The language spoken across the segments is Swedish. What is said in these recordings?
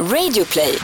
Radioplay.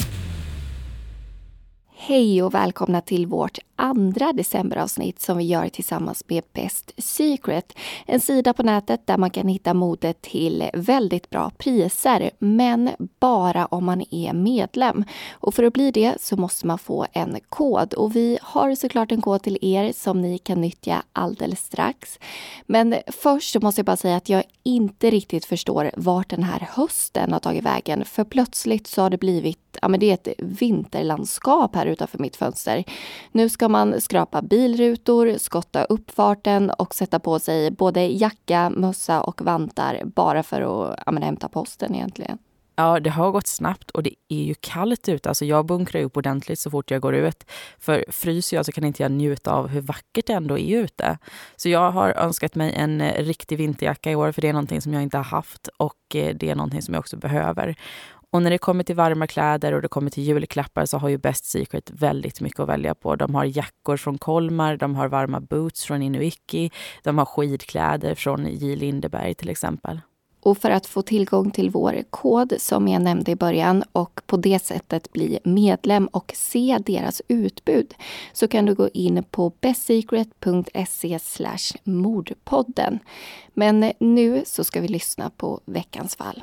Hej och välkomna till vårt andra decemberavsnitt som vi gör tillsammans med Best Secret. En sida på nätet där man kan hitta mode till väldigt bra priser, men bara om man är medlem. Och för att bli det så måste man få en kod. Och vi har såklart en kod till er som ni kan nyttja alldeles strax. Men först så måste jag bara säga att jag inte riktigt förstår vart den här hösten har tagit vägen. För plötsligt så har det blivit, det är ett vinterlandskap här utanför mitt fönster. Nu ska man skrapa bilrutor, skotta uppfarten och sätta på sig både jacka, mössa och vantar bara för att hämta posten egentligen. Ja, det har gått snabbt och det är ju kallt ute. Alltså jag bunkrar upp ordentligt så fort jag går ut. För fryser jag så kan inte jag njuta av hur vackert det ändå är ute. Så jag har önskat mig en riktig vinterjacka i år, för det är någonting som jag inte har haft och det är någonting som jag också behöver. Och när det kommer till varma kläder och det kommer till julklappar så har ju Best Secret väldigt mycket att välja på. De har jackor från Kolmar, de har varma boots från Inuiki, de har skidkläder från J. Lindeberg till exempel. Och för att få tillgång till vår kod som jag nämnde i början och på det sättet bli medlem och se deras utbud så kan du gå in på bestsecret.se/mordpodden. Men nu så ska vi lyssna på veckans fall.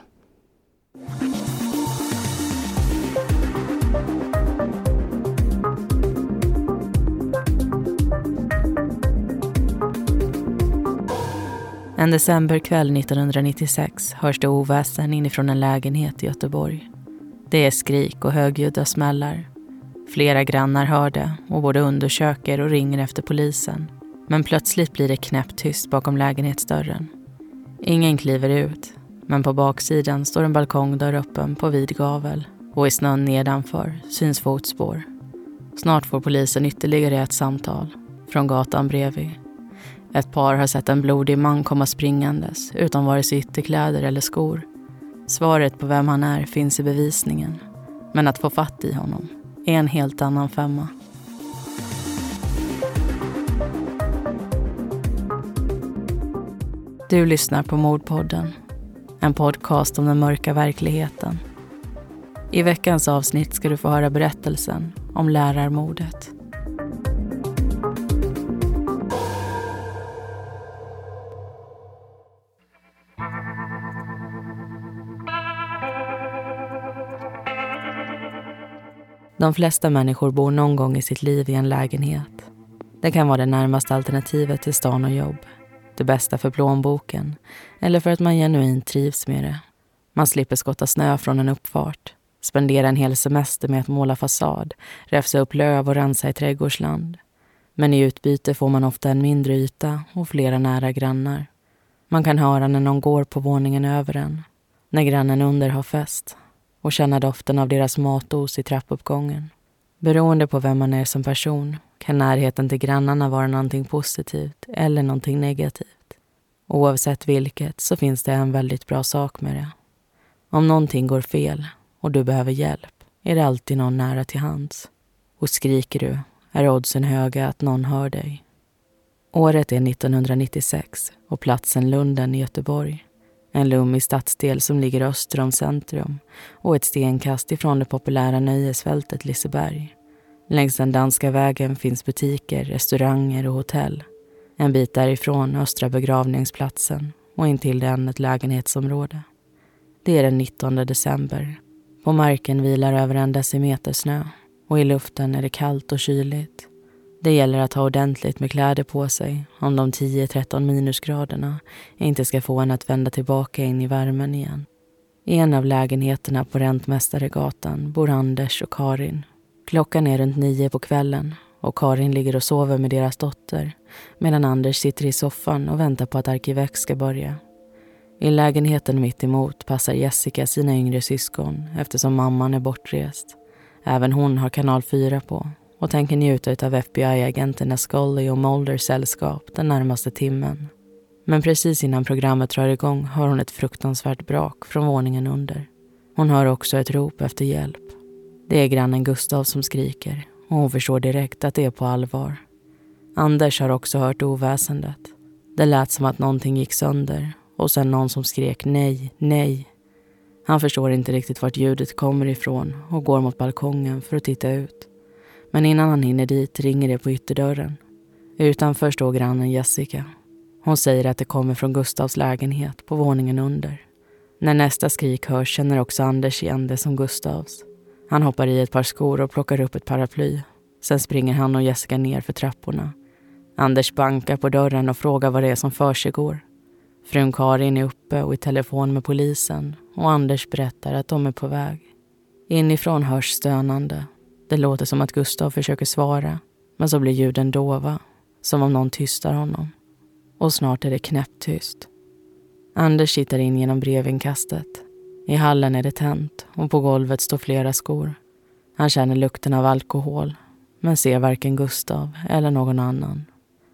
En decemberkväll 1996 hörs det oväsen inifrån en lägenhet i Göteborg. Det är skrik och högljudda smällar. Flera grannar hör det och både undersöker och ringer efter polisen. Men plötsligt blir det knäpptyst bakom lägenhetsdörren. Ingen kliver ut, men på baksidan står en balkongdörr öppen på vid gavel och i snön nedanför syns fotspår. Snart får polisen ytterligare ett samtal från gatan bredvid. Ett par har sett en blodig man komma springandes utan vare sig ytterkläder eller skor. Svaret på vem han är finns i bevisningen. Men att få fatt i honom är en helt annan femma. Du lyssnar på Mordpodden. En podcast om den mörka verkligheten. I veckans avsnitt ska du få höra berättelsen om lärarmordet. De flesta människor bor någon gång i sitt liv i en lägenhet. Det kan vara det närmaste alternativet till stan och jobb. Det bästa för plånboken. Eller för att man genuint trivs med det. Man slipper skotta snö från en uppfart. Spendera en hel semester med att måla fasad. Räfsa upp löv och rensa i trädgårdsland. Men i utbyte får man ofta en mindre yta och flera nära grannar. Man kan höra när någon går på våningen över en. När grannen under har fest. Och känna doften av deras matos i trappuppgången. Beroende på vem man är som person kan närheten till grannarna vara någonting positivt eller någonting negativt. Oavsett vilket så finns det en väldigt bra sak med det. Om någonting går fel och du behöver hjälp är det alltid någon nära till hands. Och skriker du är oddsen höga att någon hör dig. Året är 1996 och platsen Lunden i Göteborg. En lummig stadsdel som ligger öster om centrum och ett stenkast ifrån det populära nöjesfältet Liseberg. Längs den danska vägen finns butiker, restauranger och hotell. En bit därifrån östra begravningsplatsen och intill den ett lägenhetsområde. Det är den 19 december. På marken vilar över 1 decimeter snö och i luften är det kallt och kyligt. Det gäller att ha ordentligt med kläder på sig om de 10-13 minusgraderna inte ska få en att vända tillbaka in i värmen igen. I en av lägenheterna på Rentmästaregatan bor Anders och Karin. Klockan är runt 9 på kvällen och Karin ligger och sover med deras dotter medan Anders sitter i soffan och väntar på att Arkivex ska börja. I lägenheten mitt emot passar Jessica sina yngre syskon eftersom mamman är bortrest. Även hon har kanal 4 på och tänker njuta av FBI-agenterna Scully och Mulders sällskap den närmaste timmen. Men precis innan programmet drar igång hör hon ett fruktansvärt brak från våningen under. Hon hör också ett rop efter hjälp. Det är grannen Gustav som skriker och hon förstår direkt att det är på allvar. Anders har också hört oväsendet. Det lät som att någonting gick sönder och sen någon som skrek nej, nej. Han förstår inte riktigt vart ljudet kommer ifrån och går mot balkongen för att titta ut. Men innan han hinner dit ringer det på ytterdörren. Utanför står grannen Jessica. Hon säger att det kommer från Gustavs lägenhet på våningen under. När nästa skrik hörs känner också Anders igen det som Gustavs. Han hoppar i ett par skor och plockar upp ett paraply. Sen springer han och Jessica ner för trapporna. Anders bankar på dörren och frågar vad det är som försiggår. Frun Karin är uppe och i telefon med polisen och Anders berättar att de är på väg. Inifrån hörs stönande. Det låter som att Gustav försöker svara, men så blir ljuden dova, som om någon tystar honom. Och snart är det knäpptyst. Anders tittar in genom brevinkastet. I hallen är det tänt och på golvet står flera skor. Han känner lukten av alkohol, men ser varken Gustav eller någon annan.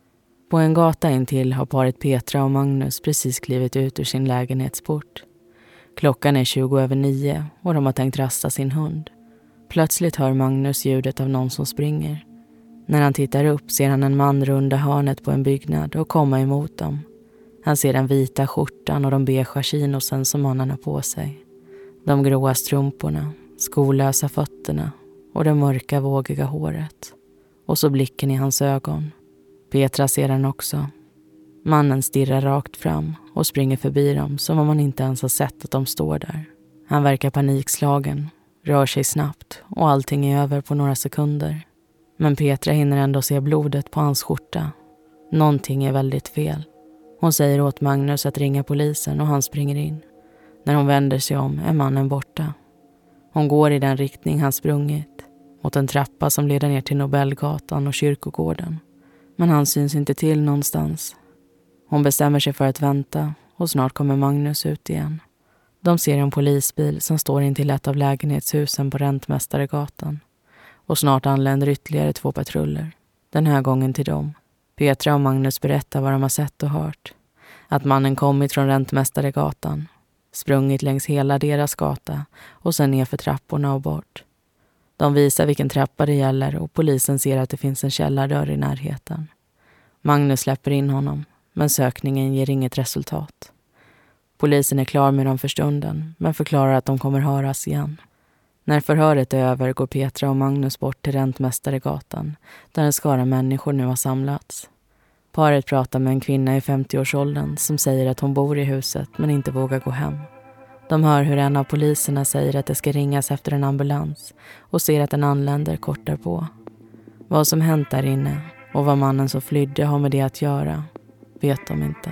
På en gata intill har paret Petra och Magnus precis klivit ut ur sin lägenhetsport. Klockan är 20:09 och de har tänkt rasta sin hund. Plötsligt hör Magnus ljudet av någon som springer. När han tittar upp ser han en man runda hörnet på en byggnad och komma emot dem. Han ser den vita skjortan och de beigea chinosen som mannen har på sig. De gråa strumporna, skolösa fötterna och det mörka vågiga håret. Och så blicken i hans ögon. Petra ser den också. Mannen stirrar rakt fram och springer förbi dem som om han inte ens har sett att de står där. Han verkar panikslagen, rör sig snabbt och allting är över på några sekunder. Men Petra hinner ändå se blodet på hans skjorta. Någonting är väldigt fel. Hon säger åt Magnus att ringa polisen och han springer in. När hon vänder sig om är mannen borta. Hon går i den riktning han sprungit, mot en trappa som leder ner till Nobelgatan och kyrkogården. Men han syns inte till någonstans. Hon bestämmer sig för att vänta och snart kommer Magnus ut igen. De ser en polisbil som står in till ett av lägenhetshusen på Rentmästaregatan. Och snart anländer ytterligare 2 patruller. Den här gången till dem. Petra och Magnus berättar vad de har sett och hört. Att mannen kommit från Rentmästaregatan. Sprungit längs hela deras gata och sen ner för trapporna och bort. De visar vilken trappa det gäller och polisen ser att det finns en källardörr i närheten. Magnus släpper in honom, men sökningen ger inget resultat. Polisen är klar med dem för stunden, men förklarar att de kommer höras igen. När förhöret är över går Petra och Magnus bort till Rentmästaregatan, där en skara människor nu har samlats. Paret pratar med en kvinna i 50-årsåldern som säger att hon bor i huset men inte vågar gå hem. De hör hur en av poliserna säger att det ska ringas efter en ambulans och ser att den anländer kort därpå. Vad som hänt där inne och vad mannen som flydde har med det att göra vet de inte.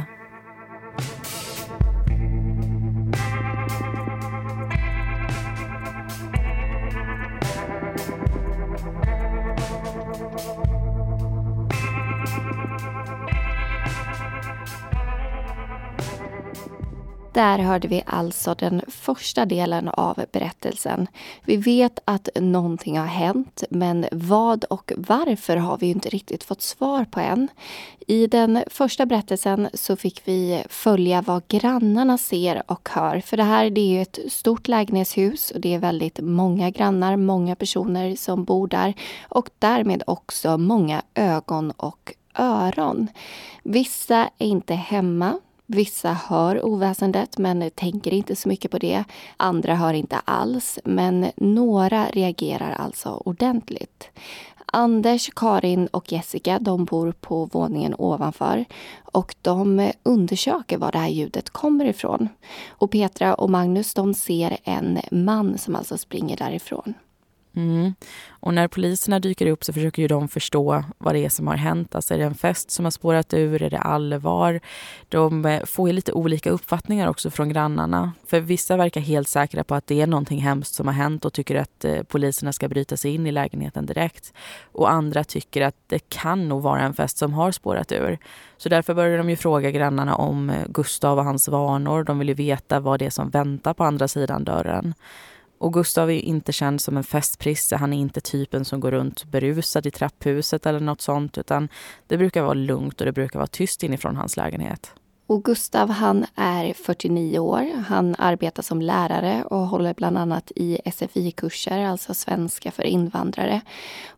Där hörde vi alltså den första delen av berättelsen. Vi vet att någonting har hänt, men vad och varför har vi ju inte riktigt fått svar på än. I den första berättelsen så fick vi följa vad grannarna ser och hör. För det är ju ett stort lägenhetshus och det är väldigt många grannar, många personer som bor där. Och därmed också många ögon och öron. Vissa är inte hemma. Vissa hör oväsendet men tänker inte så mycket på det. Andra hör inte alls, men några reagerar alltså ordentligt. Anders, Karin och Jessica, de bor på våningen ovanför och de undersöker var det här ljudet kommer ifrån. Och Petra och Magnus, de ser en man som alltså springer därifrån. Och när poliserna dyker upp så försöker ju de förstå vad det är som har hänt. Alltså är det en fest som har spårat ur? Är det allvar? De får ju lite olika uppfattningar också från grannarna. För vissa verkar helt säkra på att det är någonting hemskt som har hänt och tycker att poliserna ska bryta sig in i lägenheten direkt. Och andra tycker att det kan nog vara en fest som har spårat ur. Så därför börjar de ju fråga grannarna om Gustav och hans vanor. De vill ju veta vad det är som väntar på andra sidan dörren. Och Gustav är ju inte känd som en festprisse. Han är inte typen som går runt berusad i trapphuset eller något sånt. Utan det brukar vara lugnt och det brukar vara tyst inifrån hans lägenhet. Och Gustav, han är 49 år. Han arbetar som lärare och håller bland annat i SFI-kurser, alltså svenska för invandrare.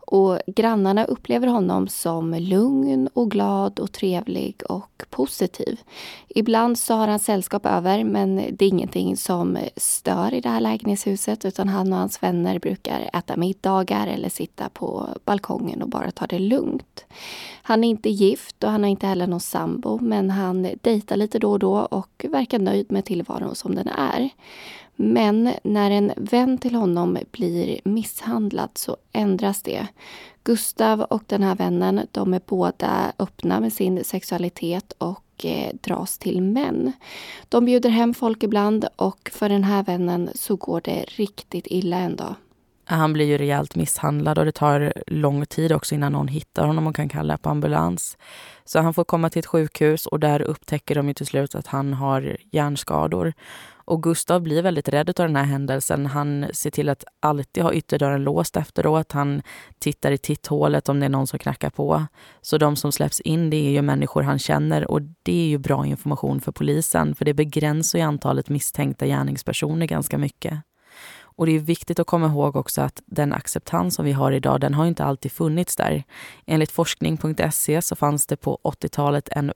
Och grannarna upplever honom som lugn och glad och trevlig och positiv. Ibland så har han sällskap över, men det är ingenting som stör i det här lägenhetshuset, utan han och hans vänner brukar äta middagar eller sitta på balkongen och bara ta det lugnt. Han är inte gift och han har inte heller någon sambo, men han dejtar lite då och då och verkar nöjd med tillvaron som den är. Men när en vän till honom blir misshandlad så ändras det. Gustav och den här vännen, de är båda öppna med sin sexualitet och dras till män. De bjuder hem folk ibland och för den här vännen så går det riktigt illa en dag. Han blir ju rejält misshandlad och det tar lång tid också innan någon hittar honom och kan kalla på ambulans. Så han får komma till ett sjukhus och där upptäcker de ju till slut att han har hjärnskador. Och Gustav blir väldigt rädd av den här händelsen. Han ser till att alltid ha ytterdörren låst efteråt. Han tittar i titthålet om det är någon som knackar på. Så de som släpps in, det är ju människor han känner. Och det är ju bra information för polisen. För det begränsar ju antalet misstänkta gärningspersoner ganska mycket. Och det är viktigt att komma ihåg också att den acceptans som vi har idag, den har inte alltid funnits där. Enligt forskning.se så fanns det på 80-talet en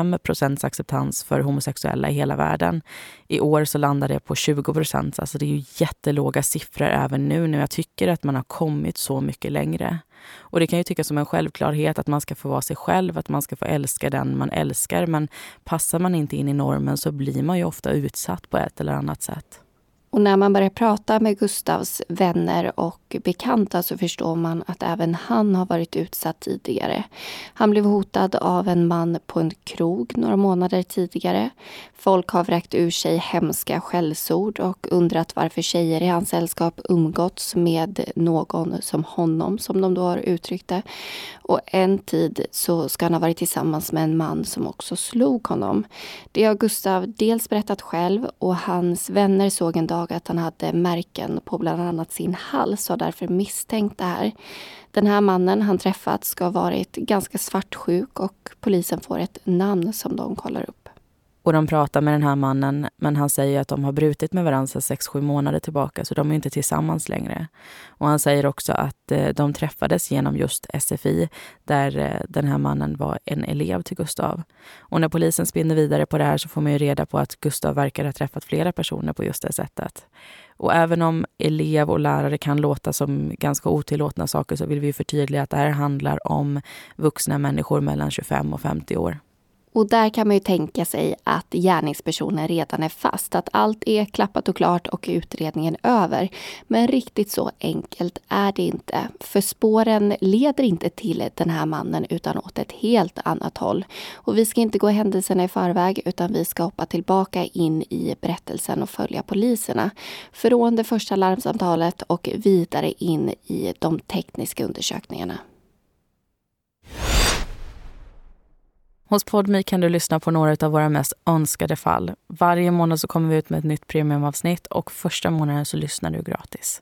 5% acceptans för homosexuella i hela världen. I år så landar det på 20%, alltså det är ju jättelåga siffror även nu när jag tycker att man har kommit så mycket längre. Och det kan ju tyckas som en självklarhet att man ska få vara sig själv, att man ska få älska den man älskar, men passar man inte in i normen så blir man ju ofta utsatt på ett eller annat sätt. Och när man börjar prata med Gustavs vänner och bekanta så förstår man att även han har varit utsatt tidigare. Han blev hotad av en man på en krog några månader tidigare. Folk har vräkt ur sig hemska skällsord och undrat varför tjejer i hans sällskap umgåtts med någon som honom, som de då har uttryckt det. Och en tid så ska han ha varit tillsammans med en man som också slog honom. Det har Gustav dels berättat själv och hans vänner såg en dag att han hade märken på bland annat sin hals och därför misstänkt det här. Den här mannen han träffat ska ha varit ganska svartsjuk och polisen får ett namn som de kollar upp. Och de pratar med den här mannen, men han säger att de har brutit med varandra 6-7 månader tillbaka, så de är inte tillsammans längre. Och han säger också att de träffades genom just SFI, där den här mannen var en elev till Gustav. Och när polisen spinner vidare på det här så får man ju reda på att Gustav verkar ha träffat flera personer på just det sättet. Och även om elev och lärare kan låta som ganska otillåtna saker så vill vi förtydliga att det här handlar om vuxna människor mellan 25 och 50 år. Och där kan man ju tänka sig att gärningspersonen redan är fast, att allt är klappat och klart och utredningen över. Men riktigt så enkelt är det inte. För spåren leder inte till den här mannen utan åt ett helt annat håll. Och vi ska inte gå händelserna i förväg utan vi ska hoppa tillbaka in i berättelsen och följa poliserna. Från det första larmsamtalet och vidare in i de tekniska undersökningarna. Hos Podme kan du lyssna på några av våra mest önskade fall. Varje månad så kommer vi ut med ett nytt premiumavsnitt och första månaden så lyssnar du gratis.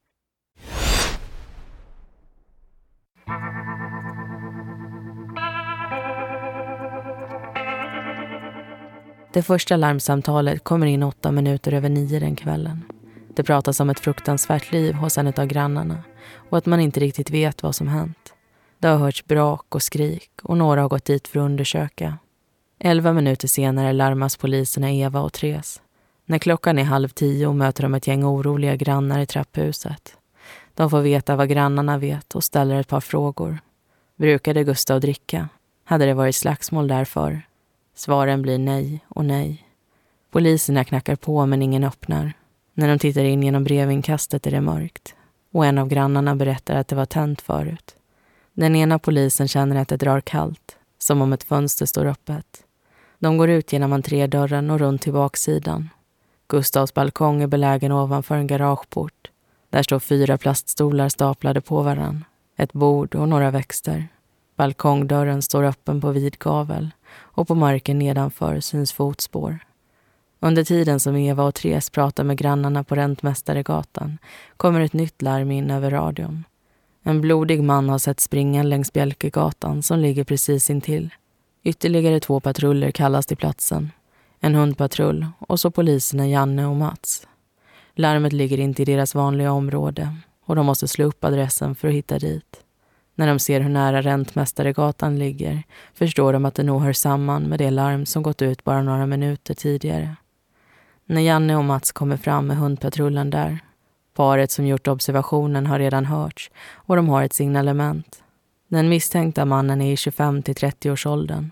Det första larmsamtalet kommer in 8 minuter över 9 den kvällen. Det pratas om ett fruktansvärt liv hos en av grannarna och att man inte riktigt vet vad som hänt. Det har hörts brak och skrik och några har gått dit för att undersöka. 11 minuter senare larmas poliserna Eva och Therese. När klockan är 9:30 möter de ett gäng oroliga grannar i trapphuset. De får veta vad grannarna vet och ställer ett par frågor. Brukade Gustav dricka? Hade det varit slagsmål därför? Svaren blir nej och nej. Poliserna knackar på men ingen öppnar. När de tittar in genom brevinkastet är det mörkt. Och en av grannarna berättar att det var tänt förut. Den ena polisen känner att det drar kallt, som om ett fönster står öppet. De går ut genom entrédörren och runt till baksidan. Gustavs balkong är belägen ovanför en garageport. Där står 4 plaststolar staplade på varann, ett bord och några växter. Balkongdörren står öppen på vid gavel och på marken nedanför syns fotspår. Under tiden som Eva och Therese pratar med grannarna på Rentmästaregatan kommer ett nytt larm in över radion. En blodig man har sett springa längs Bjälkegatan som ligger precis intill. Ytterligare 2 patruller kallas till platsen. En hundpatrull och så poliserna Janne och Mats. Larmet ligger inte i deras vanliga område och de måste slå upp adressen för att hitta dit. När de ser hur nära Rentmästaregatan ligger förstår de att det nog hör samman med det larm som gått ut bara några minuter tidigare. När Janne och Mats kommer fram med hundpatrullen där, paret som gjort observationen har redan hörts och de har ett signalement. Den misstänkta mannen är i 25-30-årsåldern,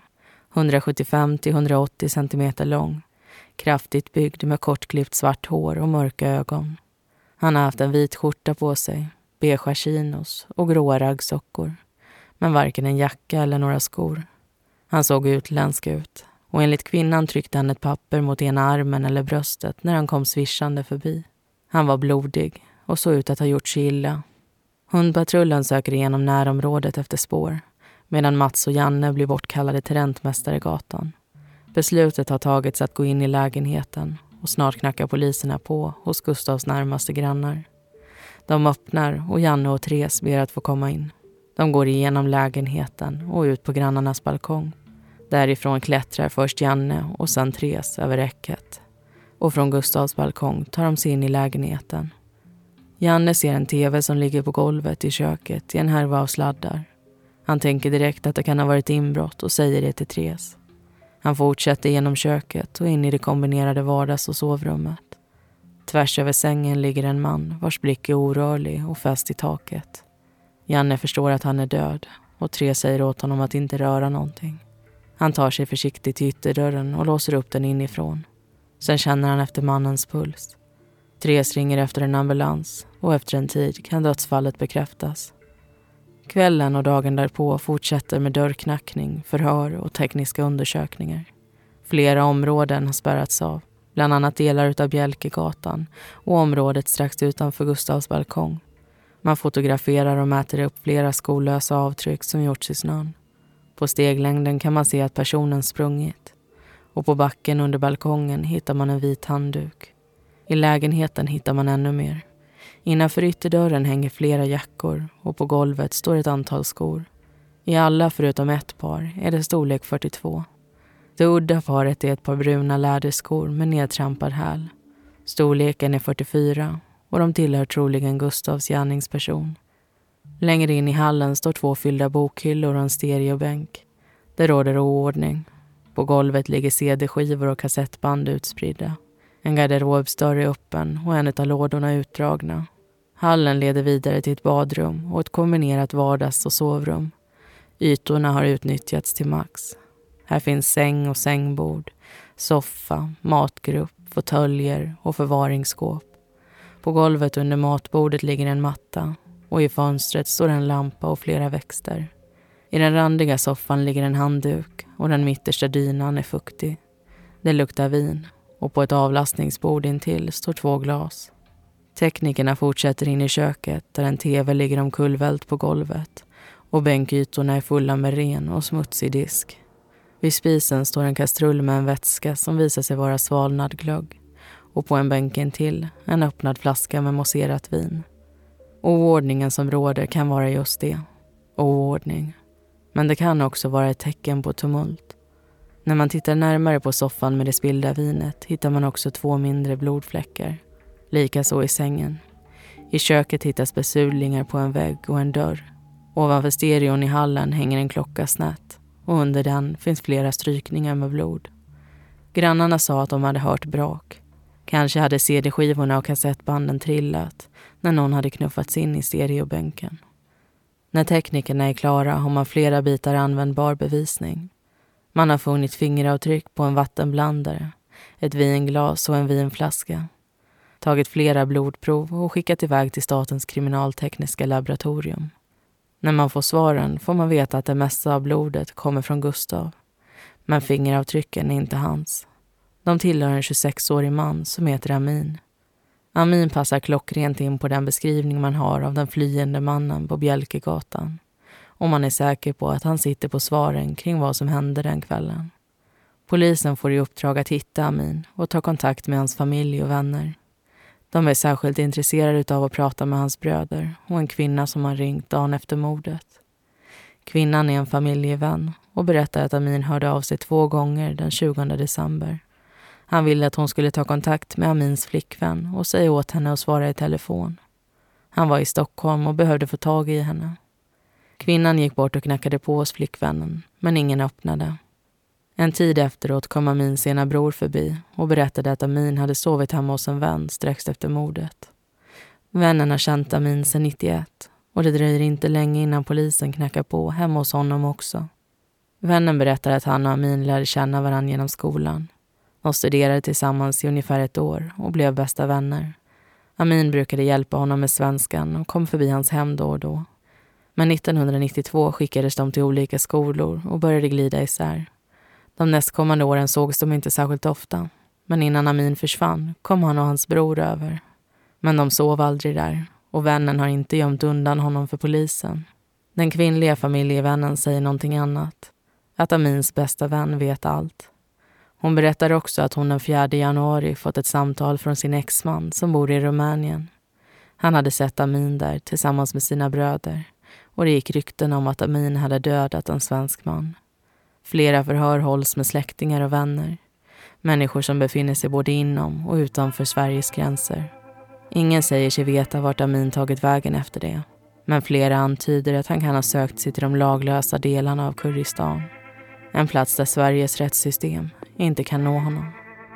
175-180 centimeter lång, kraftigt byggd med kortklippt svart hår och mörka ögon. Han har haft en vit skjorta på sig, beige chinos och gråa raggsockor, men varken en jacka eller några skor. Han såg utländsk ut och enligt kvinnan tryckte han ett papper mot ena armen eller bröstet när han kom svischande förbi. Han var blodig och såg ut att ha gjort sig illa. Hundpatrullen söker igenom närområdet efter spår, medan Mats och Janne blir bortkallade till Rentmästaregatan. Beslutet har tagits att gå in i lägenheten och snart knackar poliserna på hos Gustavs närmaste grannar. De öppnar och Janne och Therese ber att få komma in. De går igenom lägenheten och ut på grannarnas balkong. Därifrån klättrar först Janne och sen Therese över räcket. Och från Gustavs balkong tar de sig in i lägenheten. Janne ser en tv som ligger på golvet i köket i en härva av sladdar. Han tänker direkt att det kan ha varit inbrott och säger det till Therese. Han fortsätter genom köket och in i det kombinerade vardags- och sovrummet. Tvärs över sängen ligger en man vars blick är orörlig och fäst i taket. Janne förstår att han är död och Therese säger åt honom att inte röra någonting. Han tar sig försiktigt till ytterdörren och låser upp den inifrån. Sen känner han efter mannens puls. Therese ringer efter en ambulans och efter en tid kan dödsfallet bekräftas. Kvällen och dagen därpå fortsätter med dörrknackning, förhör och tekniska undersökningar. Flera områden har spärrats av, bland annat delar utav Bjälkegatan och området strax utanför Gustavs balkong. Man fotograferar och mäter upp flera skolösa avtryck som gjorts i snön. På steglängden kan man se att personen sprungit. Och på backen under balkongen hittar man en vit handduk. I lägenheten hittar man ännu mer. Innanför ytterdörren hänger flera jackor och på golvet står ett antal skor. I alla förutom ett par är det storlek 42. Det udda paret är ett par bruna läderskor med nedtrampad häl. Storleken är 44 och de tillhör troligen Gustavs gärningsperson. Längre in i hallen står 2 fyllda bokhyllor och en stereobänk. Det råder oordning. På golvet ligger CD-skivor och kassettband utspridda. En garderobsdörr är öppen och en av lådorna utdragna. Hallen leder vidare till ett badrum och ett kombinerat vardags- och sovrum. Ytorna har utnyttjats till max. Här finns säng och sängbord, soffa, matgrupp, fåtöljer och förvaringsskåp. På golvet under matbordet ligger en matta och i fönstret står en lampa och flera växter. I den randiga soffan ligger en handduk och den mittersta dynan är fuktig. Det luktar vin och på ett avlastningsbord intill står 2 glas. Teknikerna fortsätter in i köket där en tv ligger omkullvält på golvet och bänkytorna är fulla med ren och smutsig disk. Vid spisen står en kastrull med en vätska som visar sig vara svalnad glögg och på en bänk intill en öppnad flaska med mousserat vin. Oordningen som råder kan vara just det, oordning. Men det kan också vara ett tecken på tumult. När man tittar närmare på soffan med det spillda vinet hittar man också 2 mindre blodfläckar. Likaså i sängen. I köket hittas besudlingar på en vägg och en dörr. Ovanför stereon i hallen hänger en klocka snett och under den finns flera strykningar med blod. Grannarna sa att de hade hört brak. Kanske hade CD-skivorna och kassettbanden trillat när någon hade knuffats in i stereobänken. När teknikerna är klara har man flera bitar användbar bevisning. Man har funnit fingeravtryck på en vattenblandare, ett vinglas och en vinflaska. Tagit flera blodprov och skickat iväg till Statens kriminaltekniska laboratorium. När man får svaren får man veta att det mesta av blodet kommer från Gustav. Men fingeravtrycken är inte hans. De tillhör en 26-årig man som heter Amin. Amin passar klockrent in på den beskrivning man har av den flyende mannen på Bjälkegatan. Och man är säker på att han sitter på svaren kring vad som hände den kvällen. Polisen får i uppdrag att hitta Amin och ta kontakt med hans familj och vänner. De är särskilt intresserade av att prata med hans bröder och en kvinna som har ringt dagen efter mordet. Kvinnan är en familjevän och berättar att Amin hörde av sig 2 gånger den 20 december. Han ville att hon skulle ta kontakt med Amins flickvän och säga åt henne att svara i telefon. Han var i Stockholm och behövde få tag i henne. Kvinnan gick bort och knackade på hos flickvännen, men ingen öppnade. En tid efteråt kom Amins ena bror förbi och berättade att Amin hade sovit hemma hos en vän strax efter mordet. Vännen har känt Amin sedan 91 och det dröjer inte länge innan polisen knackar på hemma hos honom också. Vännen berättar att han och Amin lärde känna varandra genom skolan. De studerade tillsammans i ungefär 1 år och blev bästa vänner. Amin brukade hjälpa honom med svenskan och kom förbi hans hem då och då. Men 1992 skickades de till olika skolor och började glida isär. De nästkommande åren sågs de inte särskilt ofta. Men innan Amin försvann kom han och hans bror över. Men de sov aldrig där och vännen har inte gömt undan honom för polisen. Den kvinnliga familjevännen säger någonting annat. Att Amins bästa vän vet allt. Hon berättar också att hon den 4 januari fått ett samtal från sin exman som bor i Rumänien. Han hade sett Amin där tillsammans med sina bröder och det gick rykten om att Amin hade dödat en svensk man. Flera förhör hålls med släktingar och vänner. Människor som befinner sig både inom och utanför Sveriges gränser. Ingen säger sig veta vart Amin tagit vägen efter det. Men flera antyder att han kan ha sökt sig till de laglösa delarna av Kurdistan. En plats där Sveriges rättssystem inte kan nå honom.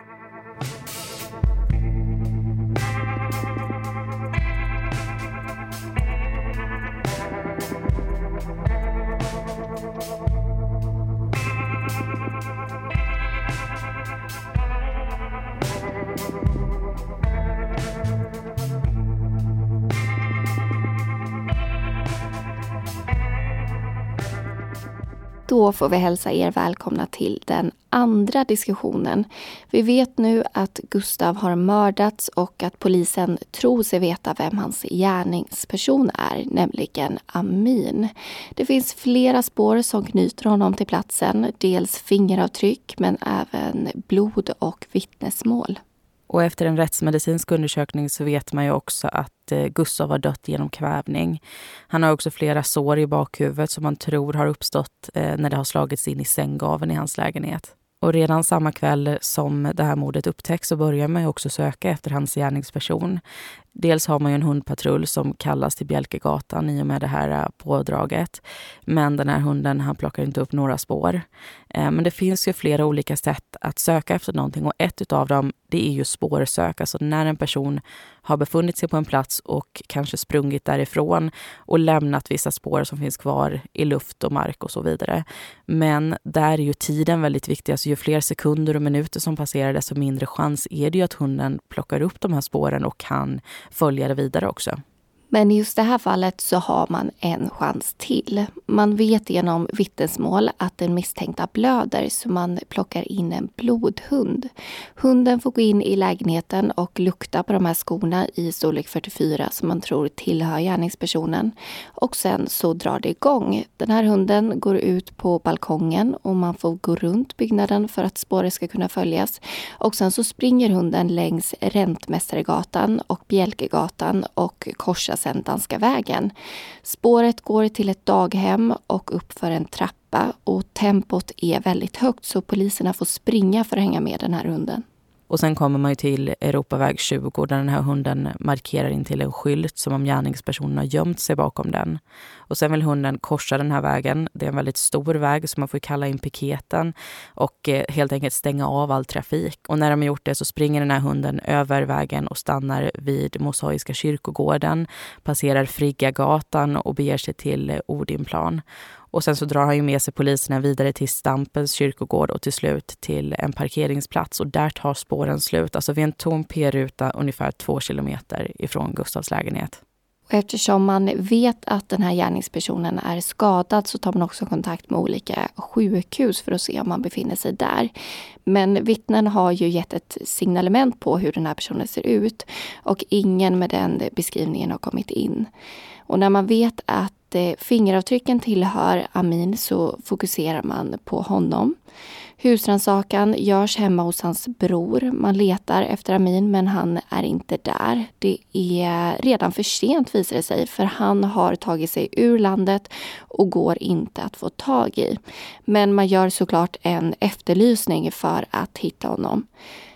Då får vi hälsa er välkomna till den andra diskussionen. Vi vet nu att Gustav har mördats och att polisen tror sig veta vem hans gärningsperson är, nämligen Amin. Det finns flera spår som knyter honom till platsen, dels fingeravtryck men även blod och vittnesmål. Och efter en rättsmedicinsk undersökning så vet man ju också att Gustav har dött genom kvävning. Han har också flera sår i bakhuvudet som man tror har uppstått när det har slagits in i sänggaveln i hans lägenhet. Och redan samma kväll som det här mordet upptäcks så börjar man ju också söka efter hans gärningsperson. Dels har man ju en hundpatrull som kallas till Bjälkegatan i och med det här pådraget. Men den här hunden, han plockar inte upp några spår. Men det finns ju flera olika sätt att söka efter någonting och ett utav dem det är ju spårsök. Alltså när en person har befunnit sig på en plats och kanske sprungit därifrån och lämnat vissa spår som finns kvar i luft och mark och så vidare. Men där är ju tiden väldigt viktig. Alltså ju fler sekunder och minuter som passerar desto mindre chans är det ju att hunden plockar upp de här spåren och kan följa det vidare också. Men i just det här fallet så har man en chans till. Man vet genom vittnesmål att den misstänkta blöder så man plockar in en blodhund. Hunden får gå in i lägenheten och lukta på de här skorna i storlek 44 som man tror tillhör gärningspersonen. Och sen så drar det igång. Den här hunden går ut på balkongen och man får gå runt byggnaden för att spåret ska kunna följas. Och sen så springer hunden längs Rentmästaregatan och Bjälkegatan och korsar sen Danska vägen. Spåret går till ett daghem och upp för en trappa och tempot är väldigt högt så poliserna får springa för att hänga med den här hunden. Och sen kommer man ju till Europaväg 20 där den här hunden markerar in till en skylt som om gärningspersonen har gömt sig bakom den. Och sen vill hunden korsa den här vägen. Det är en väldigt stor väg som man får kalla in piketen och helt enkelt stänga av all trafik. Och när de har gjort det så springer den här hunden över vägen och stannar vid Mosaiska kyrkogården, passerar Friggagatan och beger sig till Odinplan. Och sen så drar han ju med sig poliserna vidare till Stampens kyrkogård och till slut till en parkeringsplats. Och där tar spåren slut, alltså vid en tom p-ruta ungefär 2 kilometer ifrån Gustavs lägenhet. Och eftersom man vet att den här gärningspersonen är skadad så tar man också kontakt med olika sjukhus för att se om man befinner sig där. Men vittnen har ju gett ett signalement på hur den här personen ser ut och ingen med den beskrivningen har kommit in. Och när man vet att fingeravtrycken tillhör Amin så fokuserar man på honom. Husrannsakan görs hemma hos hans bror. Man letar efter Amin men han är inte där. Det är redan för sent visar det sig för han har tagit sig ur landet och går inte att få tag i. Men man gör såklart en efterlysning för att hitta honom.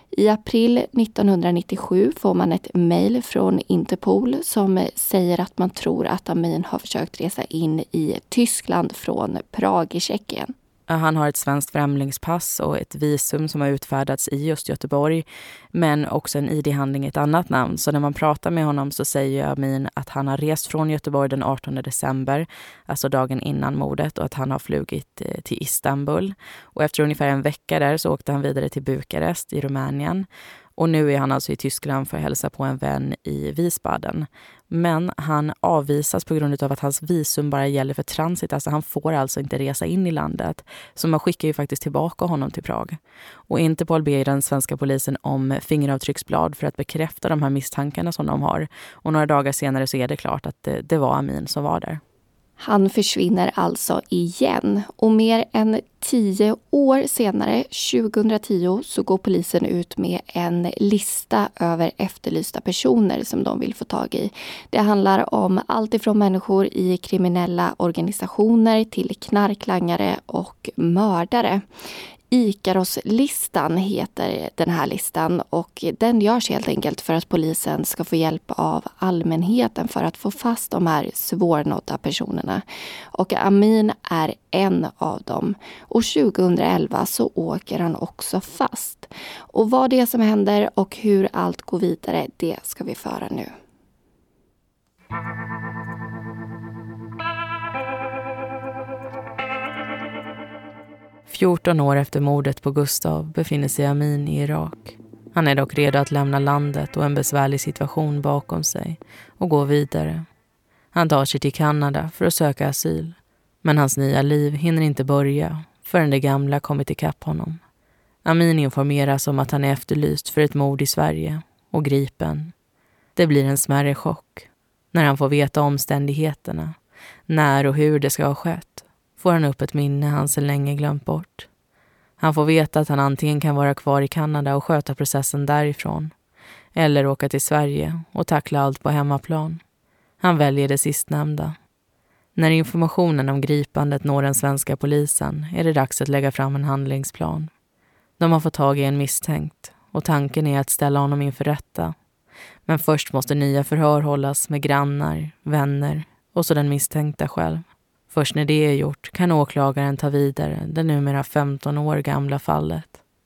I april 1997 får man ett mejl från Interpol som säger att man tror att Amin har försökt resa in i Tyskland från Prag i Tjeckien. Han har ett svenskt främlingspass och ett visum som har utfärdats i just Göteborg, men också en ID-handling i ett annat namn. Så när man pratar med honom så säger Amin att han har rest från Göteborg den 18 december, alltså dagen innan mordet, och att han har flugit till Istanbul. Och efter ungefär en vecka där så åkte han vidare till Bukarest i Rumänien. Och nu är han alltså i Tyskland för att hälsa på en vän i Wiesbaden. Men han avvisas på grund av att hans visum bara gäller för transit. Alltså han får alltså inte resa in i landet. Så man skickar ju faktiskt tillbaka honom till Prag. Och Interpol ber den svenska polisen om fingeravtrycksblad för att bekräfta de här misstankarna som de har. Och några dagar senare så är det klart att det var Amin som var där. Han försvinner alltså igen och mer än 10 år senare, 2010, så går polisen ut med en lista över efterlysta personer som de vill få tag i. Det handlar om allt ifrån människor i kriminella organisationer till knarklangare och mördare. Ikaros-listan heter den här listan och den görs helt enkelt för att polisen ska få hjälp av allmänheten för att få fast de här svårnådda personerna. Och Amin är en av dem. Och 2011 så åker han också fast. Och vad det är som händer och hur allt går vidare, det ska vi föra nu. 14 år efter mordet på Gustav befinner sig Amin i Irak. Han är dock redo att lämna landet och en besvärlig situation bakom sig och gå vidare. Han tar sig till Kanada för att söka asyl. Men hans nya liv hinner inte börja förrän det gamla kommit ikapp honom. Amin informeras om att han är efterlyst för ett mord i Sverige och gripen. Det blir en smärre chock. När han får veta omständigheterna, när och hur det ska ha skett, får han upp ett minne han så länge glömt bort. Han får veta att han antingen kan vara kvar i Kanada och sköta processen därifrån, eller åka till Sverige och tackla allt på hemmaplan. Han väljer det sistnämnda. När informationen om gripandet når den svenska polisen är det dags att lägga fram en handlingsplan. De har fått tag i en misstänkt och tanken är att ställa honom inför rätta. Men först måste nya förhör hållas med grannar, vänner och så den misstänkta själv. Först när det är gjort kan åklagaren ta vidare det numera 15 år gamla fallet.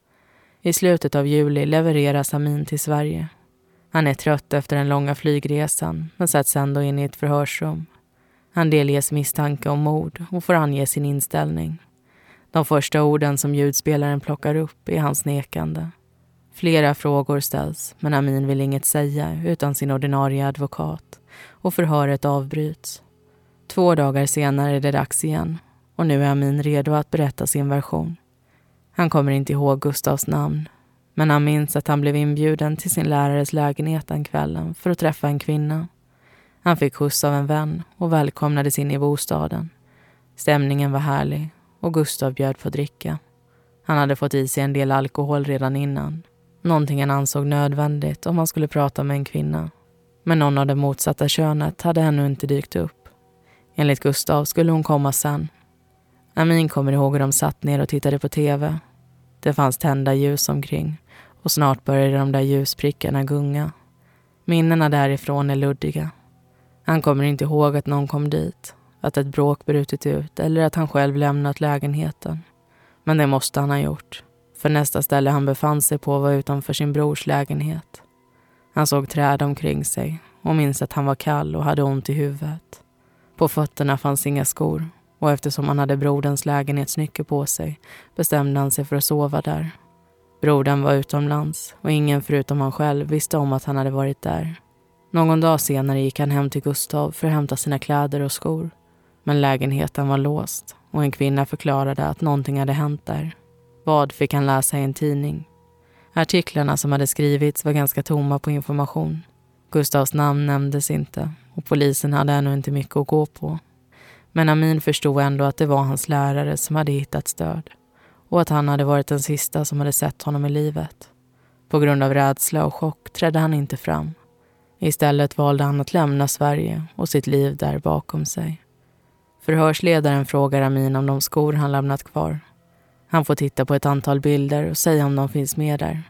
I slutet av juli levereras Amin till Sverige. Han är trött efter den långa flygresan men sätts ändå in i ett förhörsrum. Han delges misstanke om mord och får ange sin inställning. De första orden som ljudspelaren plockar upp är hans nekande. Flera frågor ställs men Amin vill inget säga utan sin ordinarie advokat och förhöret avbryts. 2 dagar senare är det dags igen och nu är Amin redo att berätta sin version. Han kommer inte ihåg Gustavs namn, men han minns att han blev inbjuden till sin lärares lägenhet den kvällen för att träffa en kvinna. Han fick skjuts av en vän och välkomnades in i bostaden. Stämningen var härlig och Gustav bjöd på dricka. Han hade fått i sig en del alkohol redan innan. Någonting han ansåg nödvändigt om han skulle prata med en kvinna. Men någon av det motsatta könet hade ännu inte dykt upp. Enligt Gustav skulle hon komma sen. Amin kommer ihåg hur de satt ner och tittade på tv. Det fanns tända ljus omkring och snart började de där ljusprickarna gunga. Minnena därifrån är luddiga. Han kommer inte ihåg att någon kom dit, att ett bråk brutit ut eller att han själv lämnat lägenheten. Men det måste han ha gjort, för nästa ställe han befann sig på var utanför sin brors lägenhet. Han såg träd omkring sig och minns att han var kall och hade ont i huvudet. På fötterna fanns inga skor och eftersom han hade broderns lägenhetsnyckel på sig bestämde han sig för att sova där. Brodern var utomlands och ingen förutom han själv visste om att han hade varit där. Någon dag senare gick han hem till Gustav för att hämta sina kläder och skor. Men lägenheten var låst och en kvinna förklarade att någonting hade hänt där. Vad fick han läsa i en tidning? Artiklarna som hade skrivits var ganska tomma på information. Gustavs namn nämndes inte och polisen hade ännu inte mycket att gå på. Men Amin förstod ändå att det var hans lärare som hade hittat stöd och att han hade varit den sista som hade sett honom i livet. På grund av rädsla och chock trädde han inte fram. Istället valde han att lämna Sverige och sitt liv där bakom sig. Förhörsledaren frågar Amin om de skor han lämnat kvar. Han får titta på ett antal bilder och säga om de finns med där.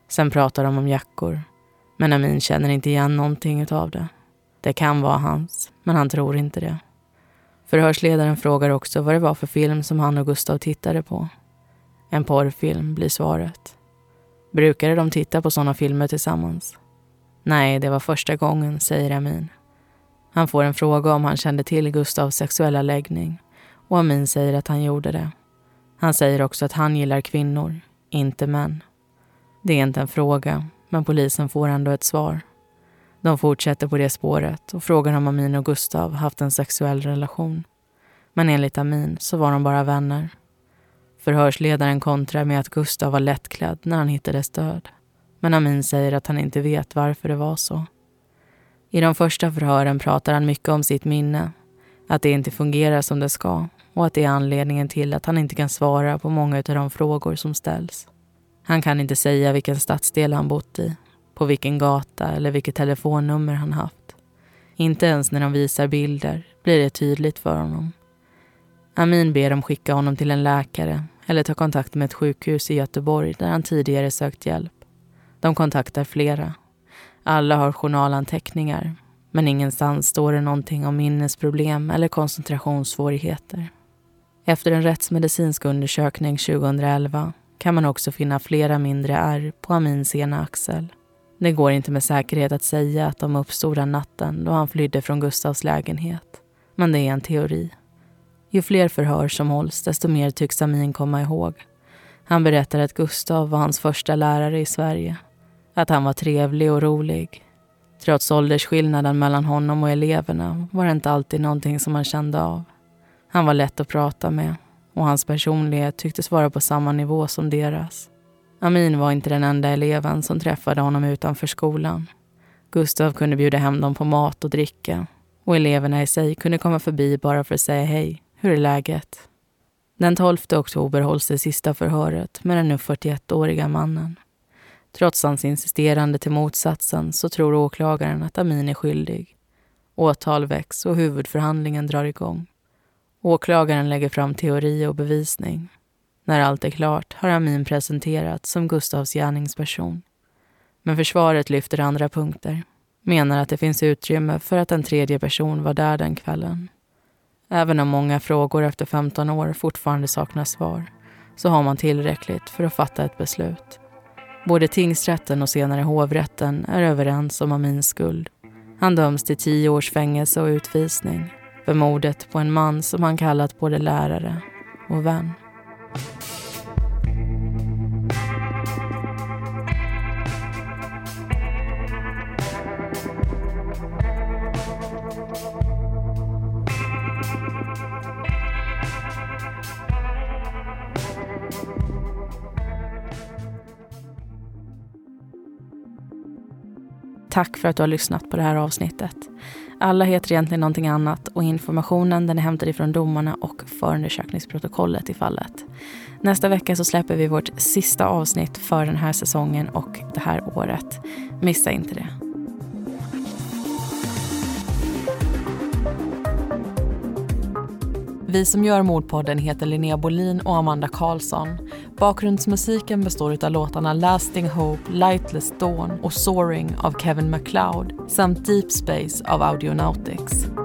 Sen pratar de om jackor. Men Amin känner inte igen någonting utav det. Det kan vara hans, men han tror inte det. Förhörsledaren frågar också vad det var för film som han och Gustav tittade på. En porrfilm blir svaret. Brukade de titta på sådana filmer tillsammans? Nej, det var första gången, säger Amin. Han får en fråga om han kände till Gustavs sexuella läggning och Amin säger att han gjorde det. Han säger också att han gillar kvinnor, inte män. Det är inte en fråga, men polisen får ändå ett svar. De fortsätter på det spåret och frågar om Amin och Gustav haft en sexuell relation. Men enligt Amin så var de bara vänner. Förhörsledaren kontrar med att Gustav var lättklädd när han hittades död. Men Amin säger att han inte vet varför det var så. I de första förhören pratar han mycket om sitt minne. Att det inte fungerar som det ska och att det är anledningen till att han inte kan svara på många av de frågor som ställs. Han kan inte säga vilken stadsdel han bott i, på vilken gata eller vilket telefonnummer han haft. Inte ens när de visar bilder blir det tydligt för honom. Amin ber dem skicka honom till en läkare eller ta kontakt med ett sjukhus i Göteborg där han tidigare sökt hjälp. De kontaktar flera. Alla har journalanteckningar, men ingenstans står det någonting om minnesproblem eller koncentrationssvårigheter. Efter en rättsmedicinsk undersökning 2011 kan man också finna flera mindre ärr på Amins ena axel. Det går inte med säkerhet att säga att de uppstod den natten då han flydde från Gustavs lägenhet, men det är en teori. Ju fler förhör som hålls, desto mer tycks Amin komma ihåg. Han berättar att Gustav var hans första lärare i Sverige. Att han var trevlig och rolig. Trots åldersskillnaden mellan honom och eleverna var det inte alltid någonting som han kände av. Han var lätt att prata med och hans personlighet tycktes vara på samma nivå som deras. Amin var inte den enda eleven som träffade honom utanför skolan. Gustav kunde bjuda hem dem på mat och dricka och eleverna i sig kunde komma förbi bara för att säga hej, hur är läget? Den 12 oktober hålls det sista förhöret med den nu 41-åriga mannen. Trots hans insisterande till motsatsen så tror åklagaren att Amin är skyldig. Åtal väcks och huvudförhandlingen drar igång. Åklagaren lägger fram teori och bevisning. När allt är klart har Amin presenterats som Gustavs gärningsperson. Men försvaret lyfter andra punkter. Menar att det finns utrymme för att en tredje person var där den kvällen. Även om många frågor efter 15 år fortfarande saknar svar så har man tillräckligt för att fatta ett beslut. Både tingsrätten och senare hovrätten är överens om Amins skuld. Han döms till 10 års fängelse och utvisning för mordet på en man som han kallat både lärare och vän. Tack för att du har lyssnat på det här avsnittet. Alla heter egentligen någonting annat och informationen den är hämtad ifrån domarna och förundersökningsprotokollet i fallet. Nästa vecka så släpper vi vårt sista avsnitt för den här säsongen och det här året. Missa inte det. Vi som gör Mordpodden heter Linnea Bolin och Amanda Karlsson. Bakgrundsmusiken består av låtarna Lasting Hope, Lightless Dawn och Soaring av Kevin MacLeod samt Deep Space av Audionautics.